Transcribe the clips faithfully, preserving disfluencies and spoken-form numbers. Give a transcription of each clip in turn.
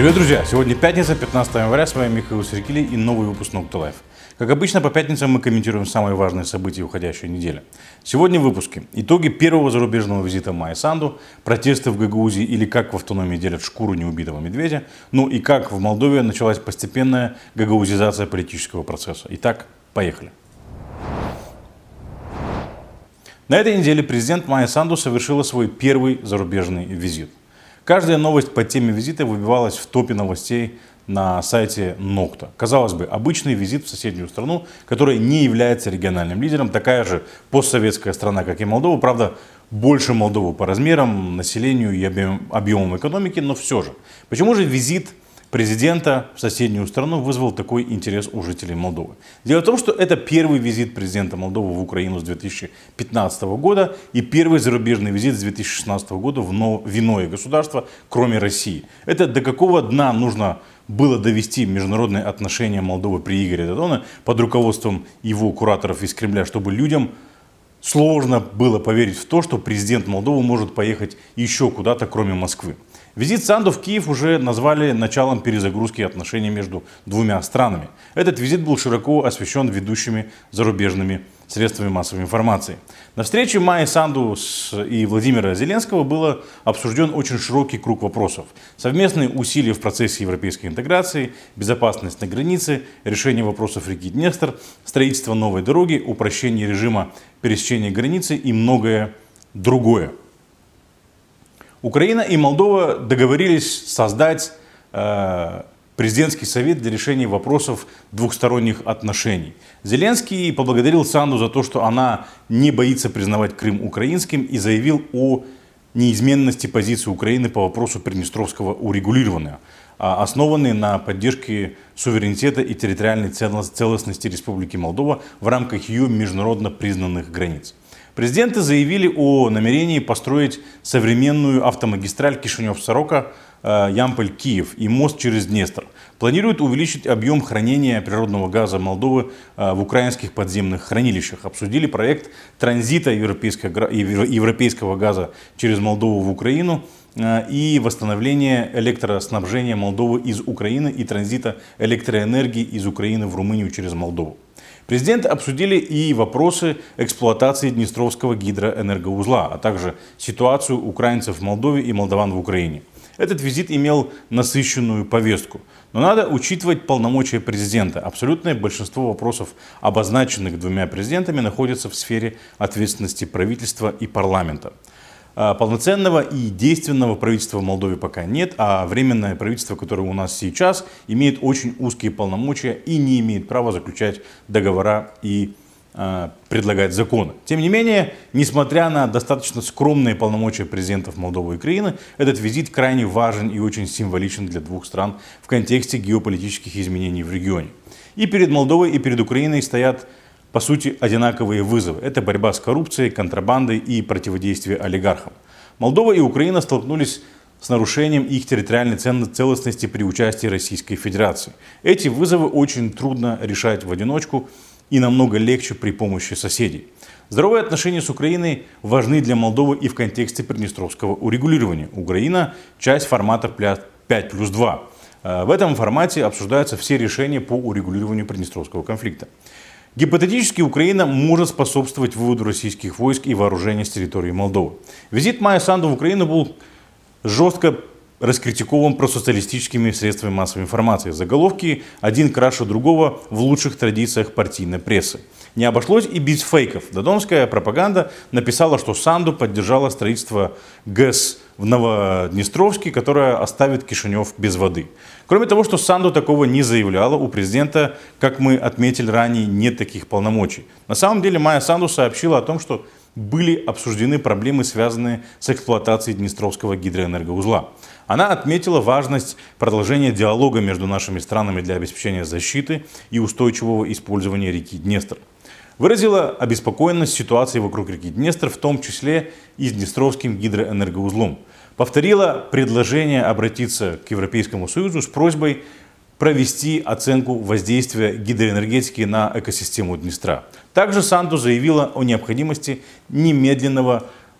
Привет, друзья! Сегодня пятница, пятнадцатое января, с вами Михаил Серкилий и новый выпуск Nocta Life. Как обычно, по пятницам мы комментируем самые важные события уходящей недели. Сегодня в выпуске итоги первого зарубежного визита Майи Санду, протесты в Гагаузии или как в автономии делят шкуру неубитого медведя, ну и как в Молдове началась постепенная гагаузизация политического процесса. Итак, поехали. На этой неделе президент Майя Санду совершила свой первый зарубежный визит. Каждая новость по теме визита выбивалась в топе новостей на сайте Nocta. Казалось бы, обычный визит в соседнюю страну, которая не является региональным лидером, такая же постсоветская страна, как и Молдова, правда, больше Молдовы по размерам, населению и объем, объемам экономики, но все же. Почему же визит президента в соседнюю страну вызвал такой интерес у жителей Молдовы? Дело в том, что это первый визит президента Молдовы в Украину с две тысячи пятнадцатого года и первый зарубежный визит с две тысячи шестнадцатого года в иное государство, кроме России. Это до какого дна нужно было довести международные отношения Молдовы при Игоре Додоне под руководством его кураторов из Кремля, чтобы людям сложно было поверить в то, что президент Молдовы может поехать еще куда-то, кроме Москвы. Визит Санду в Киев уже назвали началом перезагрузки отношений между двумя странами. Этот визит был широко освещен ведущими зарубежными средствами массовой информации. На встрече Майи Санду и Владимира Зеленского был обсужден очень широкий круг вопросов. Совместные усилия в процессе европейской интеграции, безопасность на границе, решение вопросов реки Днестр, строительство новой дороги, упрощение режима пересечения границы и многое другое. Украина и Молдова договорились создать э, президентский совет для решения вопросов двухсторонних отношений. Зеленский поблагодарил Санду за то, что она не боится признавать Крым украинским, и заявил о неизменности позиции Украины по вопросу приднестровского урегулирования, основанной на поддержке суверенитета и территориальной целостности Республики Молдова в рамках ее международно признанных границ. Президенты заявили о намерении построить современную автомагистраль Кишинев-Сорока, Ямполь-Киев и мост через Днестр. Планируют увеличить объем хранения природного газа Молдовы в украинских подземных хранилищах. Обсудили проект транзита европейского газа через Молдову в Украину и восстановление электроснабжения Молдовы из Украины и транзита электроэнергии из Украины в Румынию через Молдову. Президенты обсудили и вопросы эксплуатации Днестровского гидроэнергоузла, а также ситуацию украинцев в Молдове и молдаван в Украине. Этот визит имел насыщенную повестку. Но надо учитывать полномочия президента. Абсолютное большинство вопросов, обозначенных двумя президентами, находятся в сфере ответственности правительства и парламента. Полноценного и действенного правительства в Молдове пока нет, а временное правительство, которое у нас сейчас, имеет очень узкие полномочия и не имеет права заключать договора и э, предлагать законы. Тем не менее, несмотря на достаточно скромные полномочия президентов Молдовы и Украины, этот визит крайне важен и очень символичен для двух стран в контексте геополитических изменений в регионе. И перед Молдовой, и перед Украиной стоят, по сути, одинаковые вызовы. Это борьба с коррупцией, контрабандой и противодействие олигархам. Молдова и Украина столкнулись с нарушением их территориальной целостности при участии Российской Федерации. Эти вызовы очень трудно решать в одиночку и намного легче при помощи соседей. Здоровые отношения с Украиной важны для Молдовы и в контексте приднестровского урегулирования. Украина – часть формата пять плюс два. В этом формате обсуждаются все решения по урегулированию приднестровского конфликта. Гипотетически Украина может способствовать выводу российских войск и вооружения с территории Молдовы. Визит Майи Санду в Украину был жестко раскритикован просоциалистическими средствами массовой информации. Заголовки один краше другого в лучших традициях партийной прессы. Не обошлось и без фейков. Додонская пропаганда написала, что Санду поддержала строительство ГЭС в Новоднестровске, которая оставит Кишинев без воды. Кроме того, что Санду такого не заявляла, у президента, как мы отметили ранее, нет таких полномочий. На самом деле Майя Санду сообщила о том, что были обсуждены проблемы, связанные с эксплуатацией Днестровского гидроэнергоузла. Она отметила важность продолжения диалога между нашими странами для обеспечения защиты и устойчивого использования реки Днестр. Выразила обеспокоенность ситуацией вокруг реки Днестр, в том числе и с Днестровским гидроэнергоузлом. Повторила предложение обратиться к Европейскому Союзу с просьбой провести оценку воздействия гидроэнергетики на экосистему Днестра. Также Санду заявила о необходимости немедленного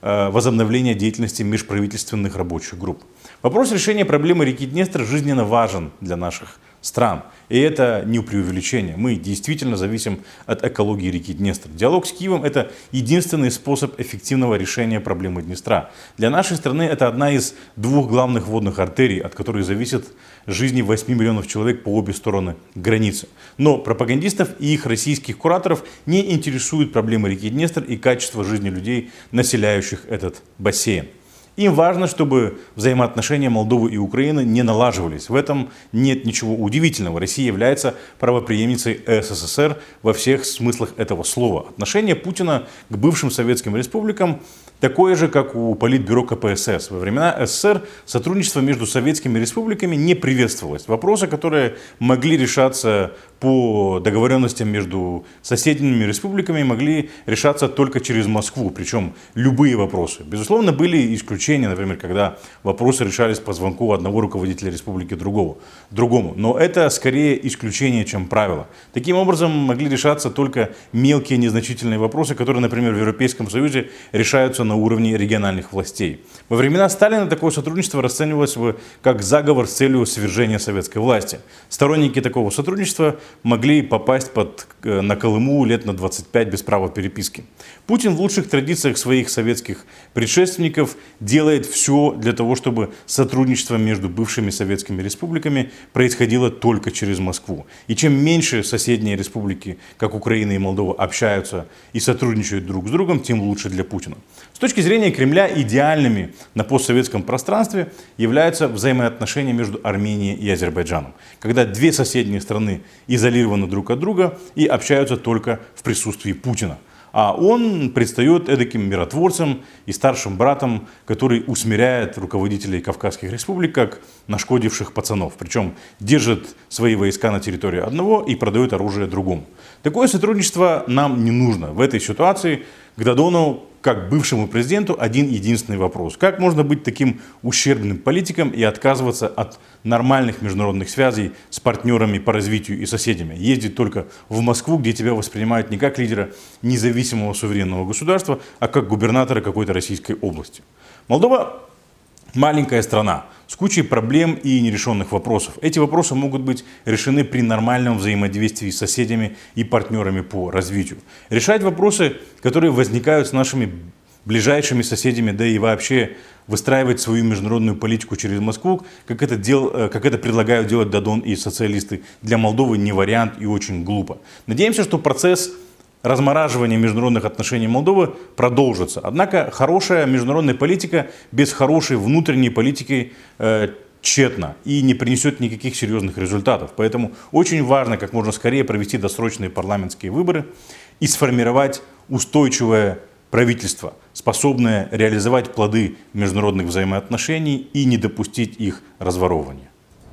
возобновления деятельности межправительственных рабочих групп. Вопрос решения проблемы реки Днестр жизненно важен для наших стран. И это не преувеличение. Мы действительно зависим от экологии реки Днестр. Диалог с Киевом – это единственный способ эффективного решения проблемы Днестра. Для нашей страны это одна из двух главных водных артерий, от которых зависят жизни восьми миллионов человек по обе стороны границы. Но пропагандистов и их российских кураторов не интересуют проблемы реки Днестр и качество жизни людей, населяющих этот бассейн. Им важно, чтобы взаимоотношения Молдовы и Украины не налаживались. В этом нет ничего удивительного. Россия является правопреемницей СССР во всех смыслах этого слова. Отношение Путина к бывшим советским республикам такое же, как у Политбюро ка пэ эс эс. Во времена СССР сотрудничество между советскими республиками не приветствовалось. Вопросы, которые могли решаться по договоренностям между соседними республиками, могли решаться только через Москву. Причем любые вопросы. Безусловно, были исключения, например, когда вопросы решались по звонку одного руководителя республики другого, другому. Но это скорее исключение, чем правило. Таким образом, могли решаться только мелкие незначительные вопросы, которые, например, в Европейском Союзе решаются на уровне региональных властей. Во времена Сталина такое сотрудничество расценивалось как заговор с целью свержения советской власти. Сторонники такого сотрудничества могли попасть под, на Колыму лет на двадцать пять без права переписки. Путин в лучших традициях своих советских предшественников делает все для того, чтобы сотрудничество между бывшими советскими республиками происходило только через Москву. И чем меньше соседние республики, как Украина и Молдова, общаются и сотрудничают друг с другом, тем лучше для Путина. С точки зрения Кремля идеальными на постсоветском пространстве являются взаимоотношения между Арменией и Азербайджаном, когда две соседние страны изолированы друг от друга и общаются только в присутствии Путина. А он предстает эдаким миротворцем и старшим братом, который усмиряет руководителей Кавказских республик как нашкодивших пацанов. Причем держит свои войска на территории одного и продает оружие другому. Такое сотрудничество нам не нужно. В этой ситуации к Додону, как бывшему президенту, один единственный вопрос. Как можно быть таким ущербным политиком и отказываться от нормальных международных связей с партнерами по развитию и соседями? Ездить только в Москву, где тебя воспринимают не как лидера независимого суверенного государства, а как губернатора какой-то российской области. Молдова маленькая страна с кучей проблем и нерешенных вопросов. Эти вопросы могут быть решены при нормальном взаимодействии с соседями и партнерами по развитию. Решать вопросы, которые возникают с нашими ближайшими соседями, да и вообще выстраивать свою международную политику через Москву, как это, дел, как это предлагают делать Додон и социалисты, для Молдовы не вариант и очень глупо. Надеемся, что процесс размораживание международных отношений Молдовы продолжится. Однако хорошая международная политика без хорошей внутренней политики э, тщетна и не принесет никаких серьезных результатов. Поэтому очень важно как можно скорее провести досрочные парламентские выборы и сформировать устойчивое правительство, способное реализовать плоды международных взаимоотношений и не допустить их разворовывания.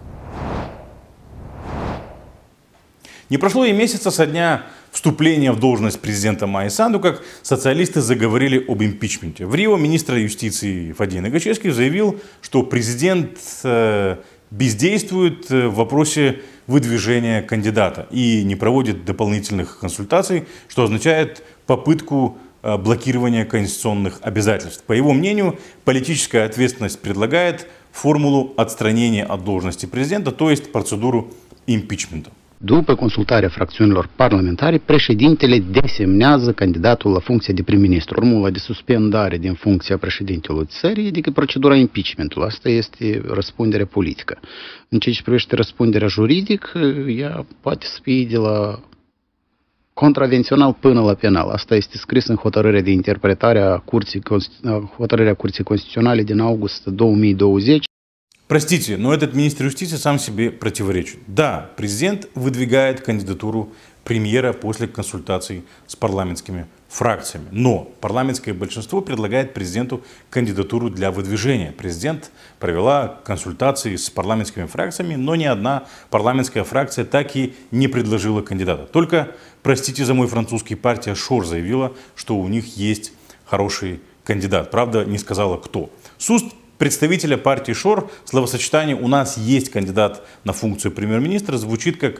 Не прошло и месяца со дня вступления в должность президента Майи Санду, как социалисты заговорили об импичменте. В Рио министр юстиции Фадей Нагачевский заявил, что президент бездействует в вопросе выдвижения кандидата и не проводит дополнительных консультаций, что означает попытку блокирования конституционных обязательств. По его мнению, политическая ответственность предлагает формулу отстранения от должности президента, то есть процедуру импичмента. După consultarea fracțiunilor parlamentare, președintele desemnează candidatul la funcția de prim-ministru. Formula de suspendare din funcția președintelui țării, adică procedura impeachmentului. Asta este răspunderea politică. În ceea ce privește răspunderea juridică, ea poate să fie de la contravențional până la penal. Asta este scris în hotărârea de interpretare a Curții, hotărârea Curții Constituționale din august două mii douăzeci. Простите, но этот министр юстиции сам себе противоречит. Да, президент выдвигает кандидатуру премьера после консультаций с парламентскими фракциями. Но парламентское большинство предлагает президенту кандидатуру для выдвижения. Президент провела консультации с парламентскими фракциями, но ни одна парламентская фракция так и не предложила кандидата. Только, простите за мой французский, партия ШОР заявила, что у них есть хороший кандидат. Правда, не сказала кто. С уст представителя партии ШОР словосочетание «у нас есть кандидат на функцию премьер-министра» звучит как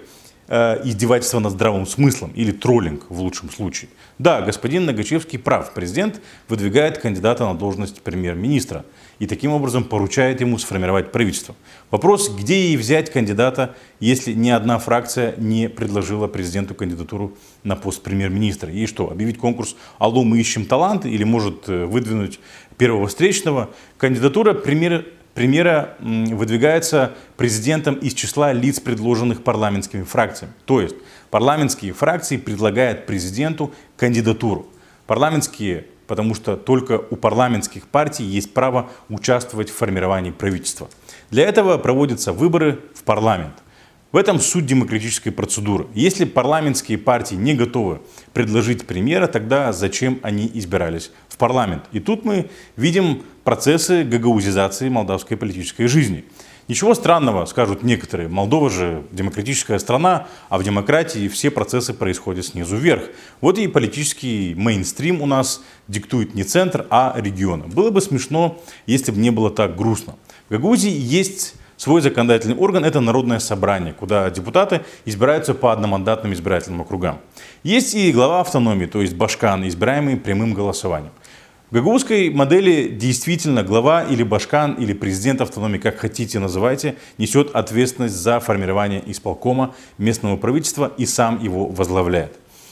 э, издевательство над здравым смыслом или троллинг в лучшем случае. Да, господин Ногачевский прав. Президент выдвигает кандидата на должность премьер-министра и таким образом поручает ему сформировать правительство. Вопрос, где ей взять кандидата, если ни одна фракция не предложила президенту кандидатуру на пост премьер-министра. Ей что, объявить конкурс «Алло, мы ищем таланты» или может выдвинуть первого встречного? Кандидатура премьер Премьера выдвигается президентом из числа лиц, предложенных парламентскими фракциями. То есть парламентские фракции предлагают президенту кандидатуру. Парламентские, потому что только у парламентских партий есть право участвовать в формировании правительства. Для этого проводятся выборы в парламент. В этом суть демократической процедуры. Если парламентские партии не готовы предложить премьера, тогда зачем они избирались в парламент? И тут мы видим процессы гагаузизации молдавской политической жизни. Ничего странного, скажут некоторые. Молдова же демократическая страна, а в демократии все процессы происходят снизу вверх. Вот и политический мейнстрим у нас диктует не центр, а регионы. Было бы смешно, если бы не было так грустно. В Гагаузии есть свой законодательный орган – это Народное собрание, куда депутаты избираются по одномандатным избирательным округам. Есть и глава автономии, то есть башкан, избираемый прямым голосованием. В гагаузской модели действительно глава или башкан, или президент автономии, как хотите называйте, несет ответственность за формирование исполкома местного правительства и сам его возглавляет.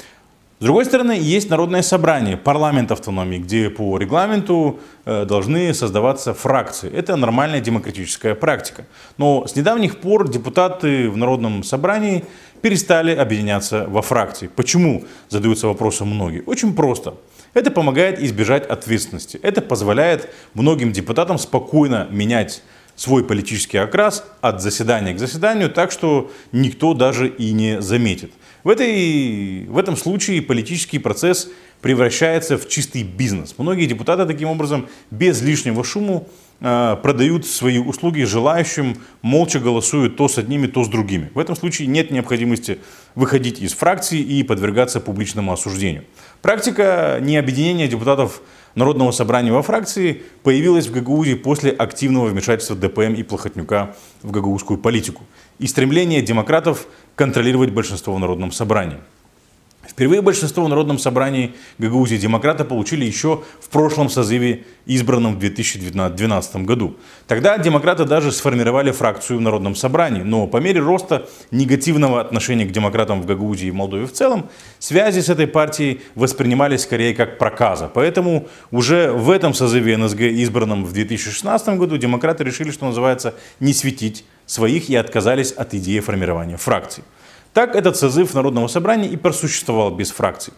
С другой стороны, есть Народное собрание, парламент автономии, где по регламенту э, должны создаваться фракции. Это нормальная демократическая практика. Но с недавних пор депутаты в Народном собрании перестали объединяться во фракции. Почему, задаются вопросом многие? Очень просто. Это помогает избежать ответственности. Это позволяет многим депутатам спокойно менять свой политический окрас от заседания к заседанию, так что никто даже и не заметит. В, этой, в этом случае политический процесс превращается в чистый бизнес. Многие депутаты таким образом без лишнего шума э, продают свои услуги желающим, молча голосуют то с одними, то с другими. В этом случае нет необходимости выходить из фракции и подвергаться публичному осуждению. Практика необъединения депутатов Народного собрания во фракции появилась в Гагаузии после активного вмешательства ДПМ и Плохотнюка в гагаузскую политику и стремления демократов контролировать большинство в Народном собрании. Впервые большинство в Народном собрании Гагаузии демократы получили еще в прошлом созыве, избранном в две тысячи двенадцатом году. Тогда демократы даже сформировали фракцию в Народном собрании, но по мере роста негативного отношения к демократам в Гагаузии и в Молдове в целом, связи с этой партией воспринимались скорее как проказа. Поэтому уже в этом созыве эн эс гэ, избранном в две тысячи шестнадцатом году, демократы решили, что называется, не светить своих и отказались от идеи формирования фракций. Так этот созыв Народного собрания и просуществовал без фракций.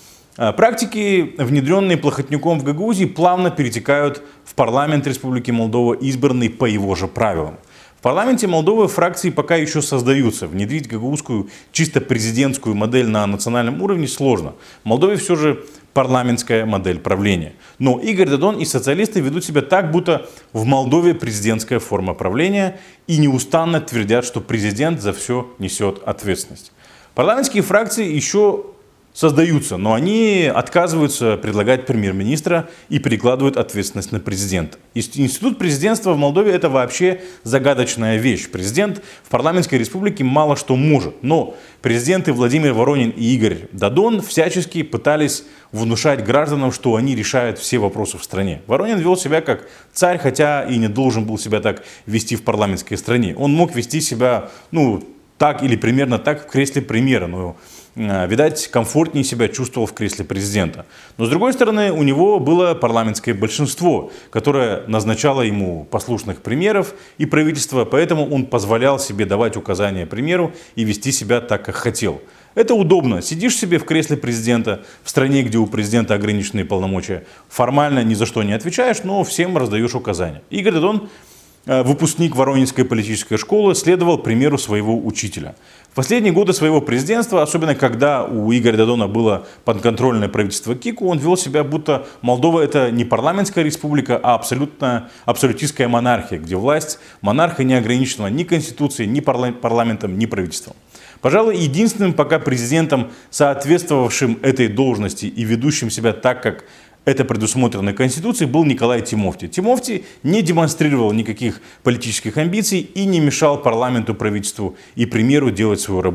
Практики, внедренные Плохотнюком в Гагаузии, плавно перетекают в парламент Республики Молдова, избранный по его же правилам. В парламенте Молдовы фракции пока еще создаются. Внедрить гагаузскую чисто президентскую модель на национальном уровне сложно. В Молдове все же парламентская модель правления. Но Игорь Додон и социалисты ведут себя так, будто в Молдове президентская форма правления и неустанно твердят, что президент за все несет ответственность. Парламентские фракции еще создаются, но они отказываются предлагать премьер-министра и перекладывают ответственность на президента. Институт президентства в Молдове – это вообще загадочная вещь. Президент в парламентской республике мало что может, но президенты Владимир Воронин и Игорь Додон всячески пытались внушать гражданам, что они решают все вопросы в стране. Воронин вел себя как царь, хотя и не должен был себя так вести в парламентской стране. Он мог вести себя, ну, так или примерно так в кресле премьера, но видать, комфортнее себя чувствовал в кресле президента. Но с другой стороны, у него было парламентское большинство, которое назначало ему послушных премьеров и правительство, поэтому он позволял себе давать указания премьеру и вести себя так, как хотел. Это удобно. Сидишь себе в кресле президента в стране, где у президента ограниченные полномочия. Формально ни за что не отвечаешь, но всем раздаешь указания. Игорь Додон, выпускник Воронинской политической школы, следовал примеру своего учителя. В последние годы своего президентства, особенно когда у Игоря Додона было подконтрольное правительство Кику, он вел себя, будто Молдова – это не парламентская республика, а абсолютно абсолютистская монархия, где власть монарха не ограничена ни конституцией, ни парламентом, ни правительством. Пожалуй, единственным пока президентом, соответствовавшим этой должности и ведущим себя так, как это предусмотрено Конституцией, был Николай Тимофти. Тимофти не демонстрировал никаких политических амбиций и не мешал парламенту, правительству и премьеру делать свою работу.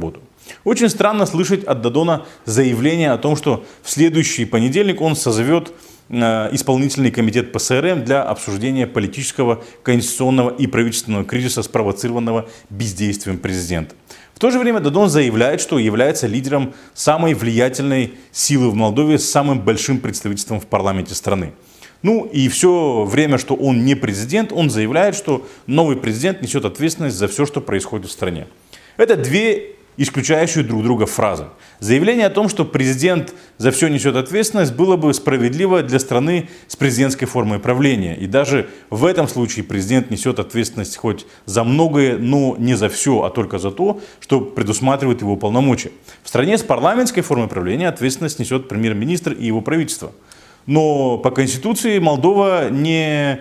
Очень странно слышать от Додона заявление о том, что в следующий понедельник он созовет э, исполнительный комитет Пэ Эс Эр Эм для обсуждения политического, конституционного и правительственного кризиса, спровоцированного бездействием президента. В то же время Додон заявляет, что является лидером самой влиятельной силы в Молдове с самым большим представительством в парламенте страны. Ну и все время, что он не президент, он заявляет, что новый президент несет ответственность за все, что происходит в стране. Это две исключающие друг друга фразы. Заявление о том, что президент за все несет ответственность, было бы справедливо для страны с президентской формой правления. И даже в этом случае президент несет ответственность хоть за многое, но не за все, а только за то, что предусматривает его полномочия. В стране с парламентской формой правления ответственность несет премьер-министр и его правительство. Но по Конституции Молдова не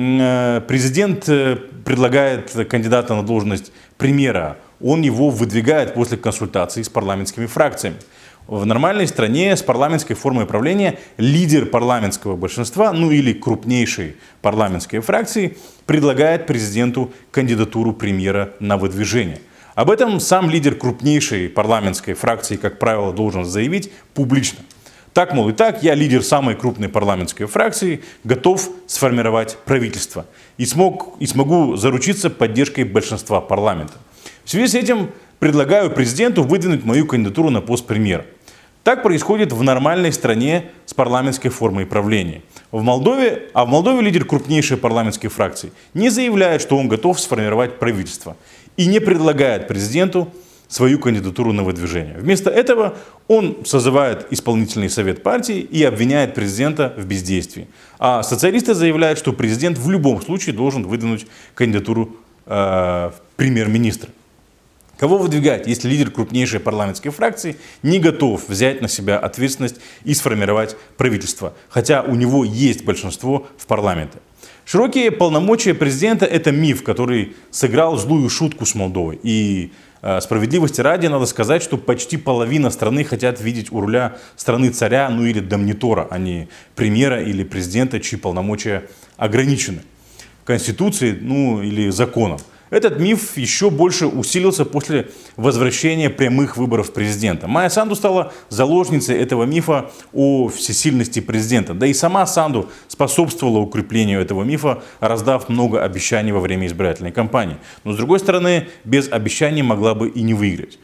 президент предлагает кандидата на должность премьера, он его выдвигает после консультаций с парламентскими фракциями. В нормальной стране с парламентской формой правления лидер парламентского большинства, ну или крупнейшей парламентской фракции, предлагает президенту кандидатуру премьера на выдвижение. Об этом сам лидер крупнейшей парламентской фракции, как правило, должен заявить публично. Так, мол, и так, я лидер самой крупной парламентской фракции, готов сформировать правительство и, смог, и смогу заручиться поддержкой большинства парламента. В связи с этим предлагаю президенту выдвинуть мою кандидатуру на пост премьера. Так происходит в нормальной стране с парламентской формой правления. В Молдове, а в Молдове лидер крупнейшей парламентской фракции не заявляет, что он готов сформировать правительство и не предлагает президенту свою кандидатуру на выдвижение. Вместо этого он созывает исполнительный совет партии и обвиняет президента в бездействии. А социалисты заявляют, что президент в любом случае должен выдвинуть кандидатуру э, премьер-министра. Кого выдвигать, если лидер крупнейшей парламентской фракции не готов взять на себя ответственность и сформировать правительство, хотя у него есть большинство в парламенте? Широкие полномочия президента – это миф, который сыграл злую шутку с Молдовой. И э, справедливости ради надо сказать, что почти половина страны хотят видеть у руля страны царя, ну или домнитора, а не премьера или президента, чьи полномочия ограничены Конституцией, ну или законом. Этот миф еще больше усилился после возвращения прямых выборов президента. Майя Санду стала заложницей этого мифа о всесильности президента. Да и сама Санду способствовала укреплению этого мифа, раздав много обещаний во время избирательной кампании. Но с другой стороны, без обещаний могла бы и не выиграть.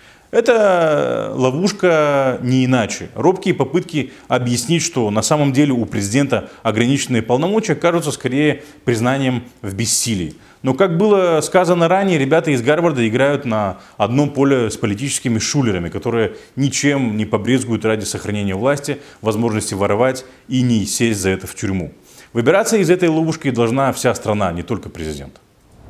Это ловушка не иначе. Робкие попытки объяснить, что на самом деле у президента ограниченные полномочия, кажутся скорее признанием в бессилии. Но, как было сказано ранее, ребята из Гарварда играют на одном поле с политическими шулерами, которые ничем не побрезгуют ради сохранения власти, возможности воровать и не сесть за это в тюрьму. Выбираться из этой ловушки должна вся страна, не только президент.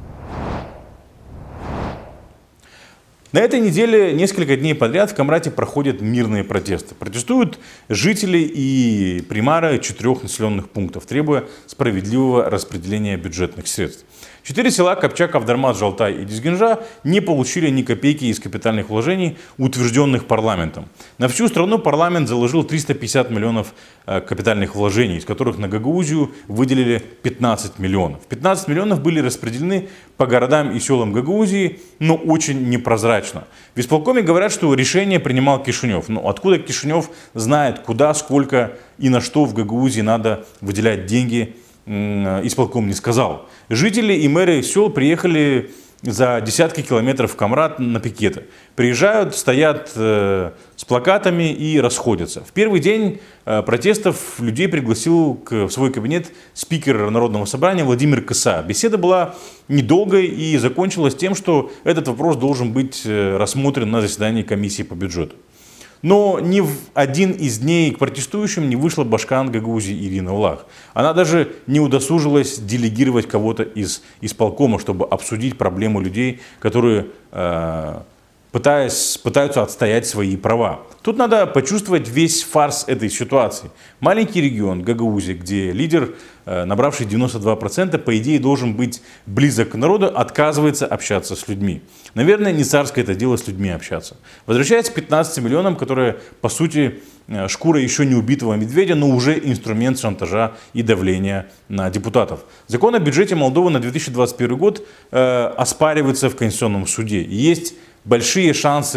На этой неделе несколько дней подряд в Камрате проходят мирные протесты. Протестуют жители и примары четырех населенных пунктов, требуя справедливого распределения бюджетных средств. Четыре села Копчак, Авдармат, Жалтай и Дизгинжа не получили ни копейки из капитальных вложений, утвержденных парламентом. На всю страну парламент заложил триста пятьдесят миллионов капитальных вложений, из которых на Гагаузию выделили пятнадцать миллионов. пятнадцать миллионов были распределены по городам и селам Гагаузии, но очень непрозрачно. В исполкоме говорят, что решение принимал Кишинев. Но откуда Кишинев знает, куда, сколько и на что в Гагаузии надо выделять деньги, исполком не сказал. Жители и мэры сел приехали за десятки километров в Камрат на пикеты. Приезжают, стоят э, с плакатами и расходятся. В первый день э, протестов людей пригласил к, в свой кабинет спикер Народного собрания Владимир Кыса. Беседа была недолгой и закончилась тем, что этот вопрос должен быть э, рассмотрен на заседании комиссии по бюджету. Но ни в один из дней к протестующим не вышла башкан Гагаузии Ирина Улах. Она даже не удосужилась делегировать кого-то из исполкома, чтобы обсудить проблему людей, которые э, пытаясь, пытаются отстоять свои права. Тут надо почувствовать весь фарс этой ситуации. Маленький регион Гагаузия, где лидер, э, набравший девяносто два процента, по идее должен быть близок к народу, отказывается общаться с людьми. Наверное, не царское это дело с людьми общаться. Возвращаясь к пятнадцати миллионам, которые, по сути, шкура еще не убитого медведя, но уже инструмент шантажа и давления на депутатов. Закон о бюджете Молдовы на две тысячи двадцать первый год э, оспаривается в Конституционном суде. И есть большие шансы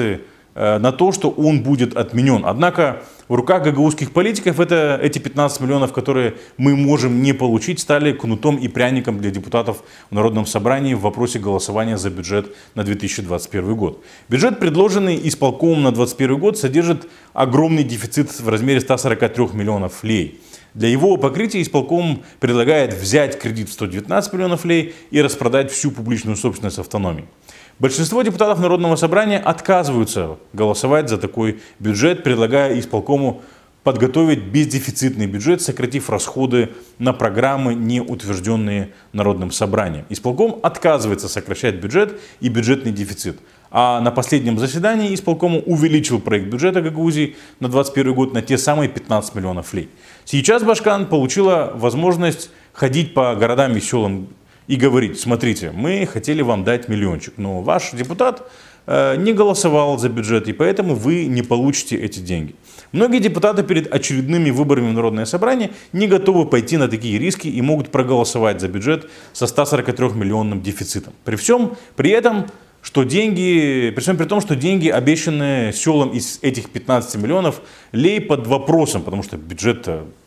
на то, что он будет отменен. Однако в руках гагаузских политиков это, эти пятнадцать миллионов, которые мы можем не получить, стали кнутом и пряником для депутатов в Народном собрании в вопросе голосования за бюджет на две тысячи двадцать первый год. Бюджет, предложенный исполкомом на двадцать первый год, содержит огромный дефицит в размере ста сорока трёх миллионов лей. Для его покрытия исполком предлагает взять кредит в сто девятнадцать миллионов лей и распродать всю публичную собственность автономии. Большинство депутатов Народного собрания отказываются голосовать за такой бюджет, предлагая исполкому подготовить бездефицитный бюджет, сократив расходы на программы, не утвержденные Народным собранием. Исполком отказывается сокращать бюджет и бюджетный дефицит. А на последнем заседании исполком увеличил проект бюджета Гагаузии на двадцать первый год на те самые пятнадцать миллионов лей. Сейчас Башкан получила возможность ходить по городам и селам и говорить: смотрите, мы хотели вам дать миллиончик, но ваш депутат э, не голосовал за бюджет, и поэтому вы не получите эти деньги. Многие депутаты перед очередными выборами в Народное собрание не готовы пойти на такие риски и могут проголосовать за бюджет со ста сорока трёх миллионным дефицитом. При всем при этом, что деньги, при всем при том, что деньги, обещанные селам из этих пятнадцати миллионов лей, под вопросом, потому что бюджет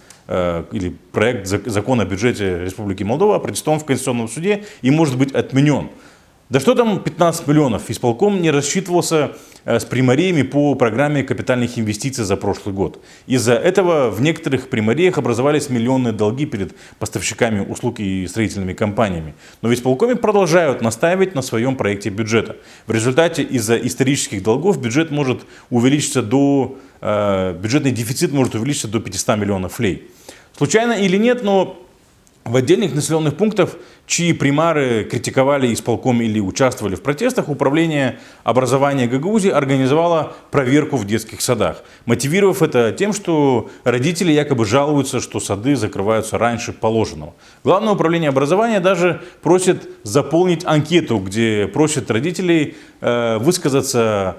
или проект закона о бюджете Республики Молдова опротестован в Конституционном суде и может быть отменен. Да что там пятнадцать миллионов? Исполком не рассчитывался с примариями по программе капитальных инвестиций за прошлый год. Из-за этого в некоторых примариях образовались миллионные долги перед поставщиками услуг и строительными компаниями. Но в исполкоме продолжают настаивать на своем проекте бюджета. В результате из-за исторических долгов бюджет может увеличиться до, э, бюджетный дефицит может увеличиться до пятисот миллионов лей. Случайно или нет, но в отдельных населенных пунктах, чьи примары критиковали исполком или участвовали в протестах, Управление образования Гагаузии организовало проверку в детских садах, мотивировав это тем, что родители якобы жалуются, что сады закрываются раньше положенного. Главное управление образования даже просит заполнить анкету, где просит родителей э, высказаться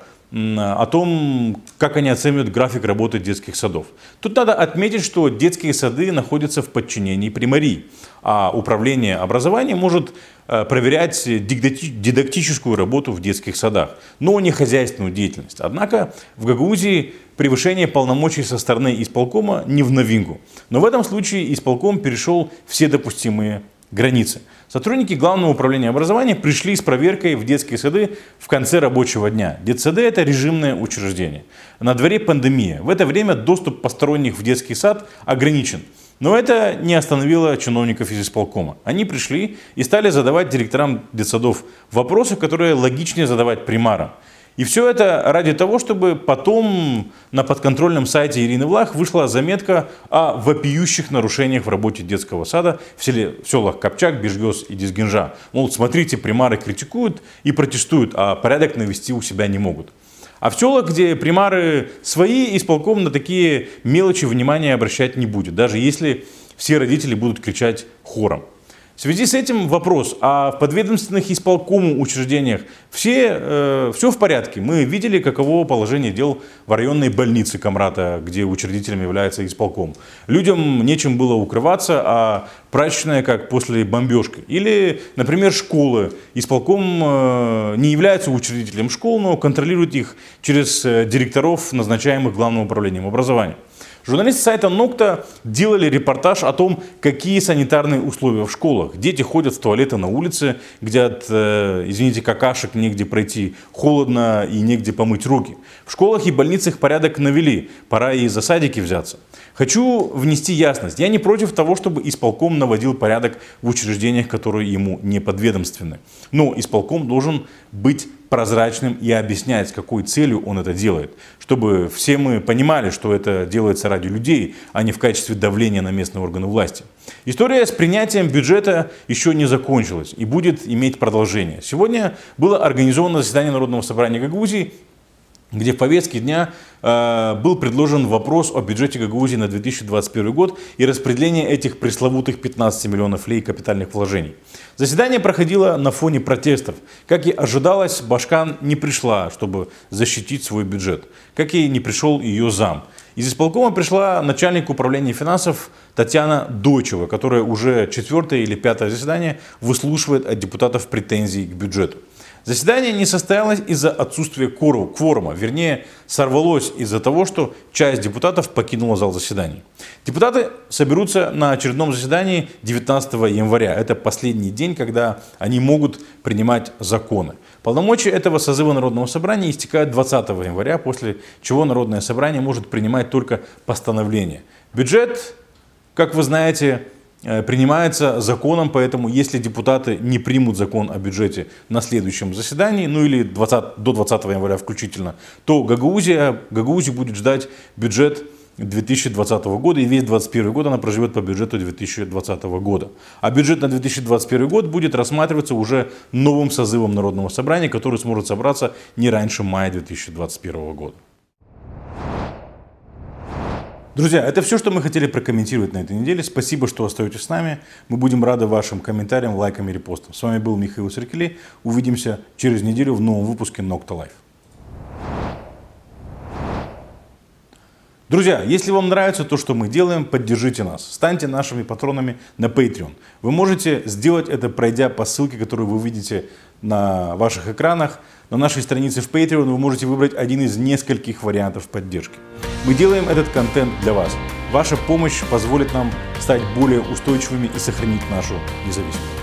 о том, как они оценивают график работы детских садов. Тут надо отметить, что детские сады находятся в подчинении примарии, а управление образования может проверять дидактическую работу в детских садах, но не хозяйственную деятельность. Однако в Гагаузии превышение полномочий со стороны исполкома не в новинку. Но в этом случае исполком перешел все допустимые границы. Сотрудники Главного управления образования пришли с проверкой в детские сады в конце рабочего дня. Детсады – это режимное учреждение. На дворе пандемия. В это время доступ посторонних в детский сад ограничен. Но это не остановило чиновников из исполкома. Они пришли и стали задавать директорам детсадов вопросы, которые логичнее задавать примарам. И все это ради того, чтобы потом на подконтрольном сайте Ирины Влах вышла заметка о вопиющих нарушениях в работе детского сада в, селе, в селах Копчак, Бежгёз и Дизгинжа. Мол, смотрите, примары критикуют и протестуют, а порядок навести у себя не могут. А в селах, где примары свои, исполком на такие мелочи внимания обращать не будет, даже если все родители будут кричать хором. В связи с этим вопрос, а в подведомственных исполкому учреждениях все, э, все в порядке? Мы видели, каково положение дел в районной больнице Камрата, где учредителем является исполком. Людям нечем было укрываться, а прачечная как после бомбежки. Или, например, школы. Исполком э, не является учредителем школ, но контролирует их через э, директоров, назначаемых Главным управлением образования. Журналисты сайта Нокта делали репортаж о том, какие санитарные условия в школах. Дети ходят в туалеты на улице, где от, э, извините, какашек негде пройти, холодно и негде помыть руки. В школах и больницах порядок навели, пора и за садики взяться. Хочу внести ясность. Я не против того, чтобы исполком наводил порядок в учреждениях, которые ему не подведомственны. Но исполком должен быть прозрачным и объяснять, с какой целью он это делает. Чтобы все мы понимали, что это делается ради людей, а не в качестве давления на местные органы власти. История с принятием бюджета еще не закончилась и будет иметь продолжение. Сегодня было организовано заседание Народного собрания Гагаузии, где в повестке дня э, был предложен вопрос о бюджете Гагаузии на две тысячи двадцать первый год и распределение этих пресловутых пятнадцати миллионов лей капитальных вложений. Заседание проходило на фоне протестов. Как и ожидалось, Башкан не пришла, чтобы защитить свой бюджет, как и не пришел ее зам. Из исполкома пришла начальник управления финансов Татьяна Дойчева, которая уже четвертое или пятое заседание выслушивает от депутатов претензий к бюджету. Заседание не состоялось из-за отсутствия кворума, вернее, сорвалось из-за того, что часть депутатов покинула зал заседаний. Депутаты соберутся на очередном заседании девятнадцатого января. Это последний день, когда они могут принимать законы. Полномочия этого созыва Народного собрания истекают двадцатого января, после чего Народное собрание может принимать только постановления. Бюджет, как вы знаете, принимается законом, поэтому если депутаты не примут закон о бюджете на следующем заседании, ну или двадцатого, до двадцатого января включительно, то Гагаузия, Гагаузия будет ждать бюджет две тысячи двадцатого года, и весь две тысячи двадцать первый год она проживет по бюджету две тысячи двадцатого года. А бюджет на две тысячи двадцать первый год будет рассматриваться уже новым созывом Народного собрания, который сможет собраться не раньше мая две тысячи двадцать первого года. Друзья, это все, что мы хотели прокомментировать на этой неделе. Спасибо, что остаетесь с нами. Мы будем рады вашим комментариям, лайкам и репостам. С вами был Михаил Серкели. Увидимся через неделю в новом выпуске Nocta Life. Друзья, если вам нравится то, что мы делаем, поддержите нас. Станьте нашими патронами на Patreon. Вы можете сделать это, пройдя по ссылке, которую вы видите на ваших экранах. На нашей странице в Patreon вы можете выбрать один из нескольких вариантов поддержки. Мы делаем этот контент для вас. Ваша помощь позволит нам стать более устойчивыми и сохранить нашу независимость.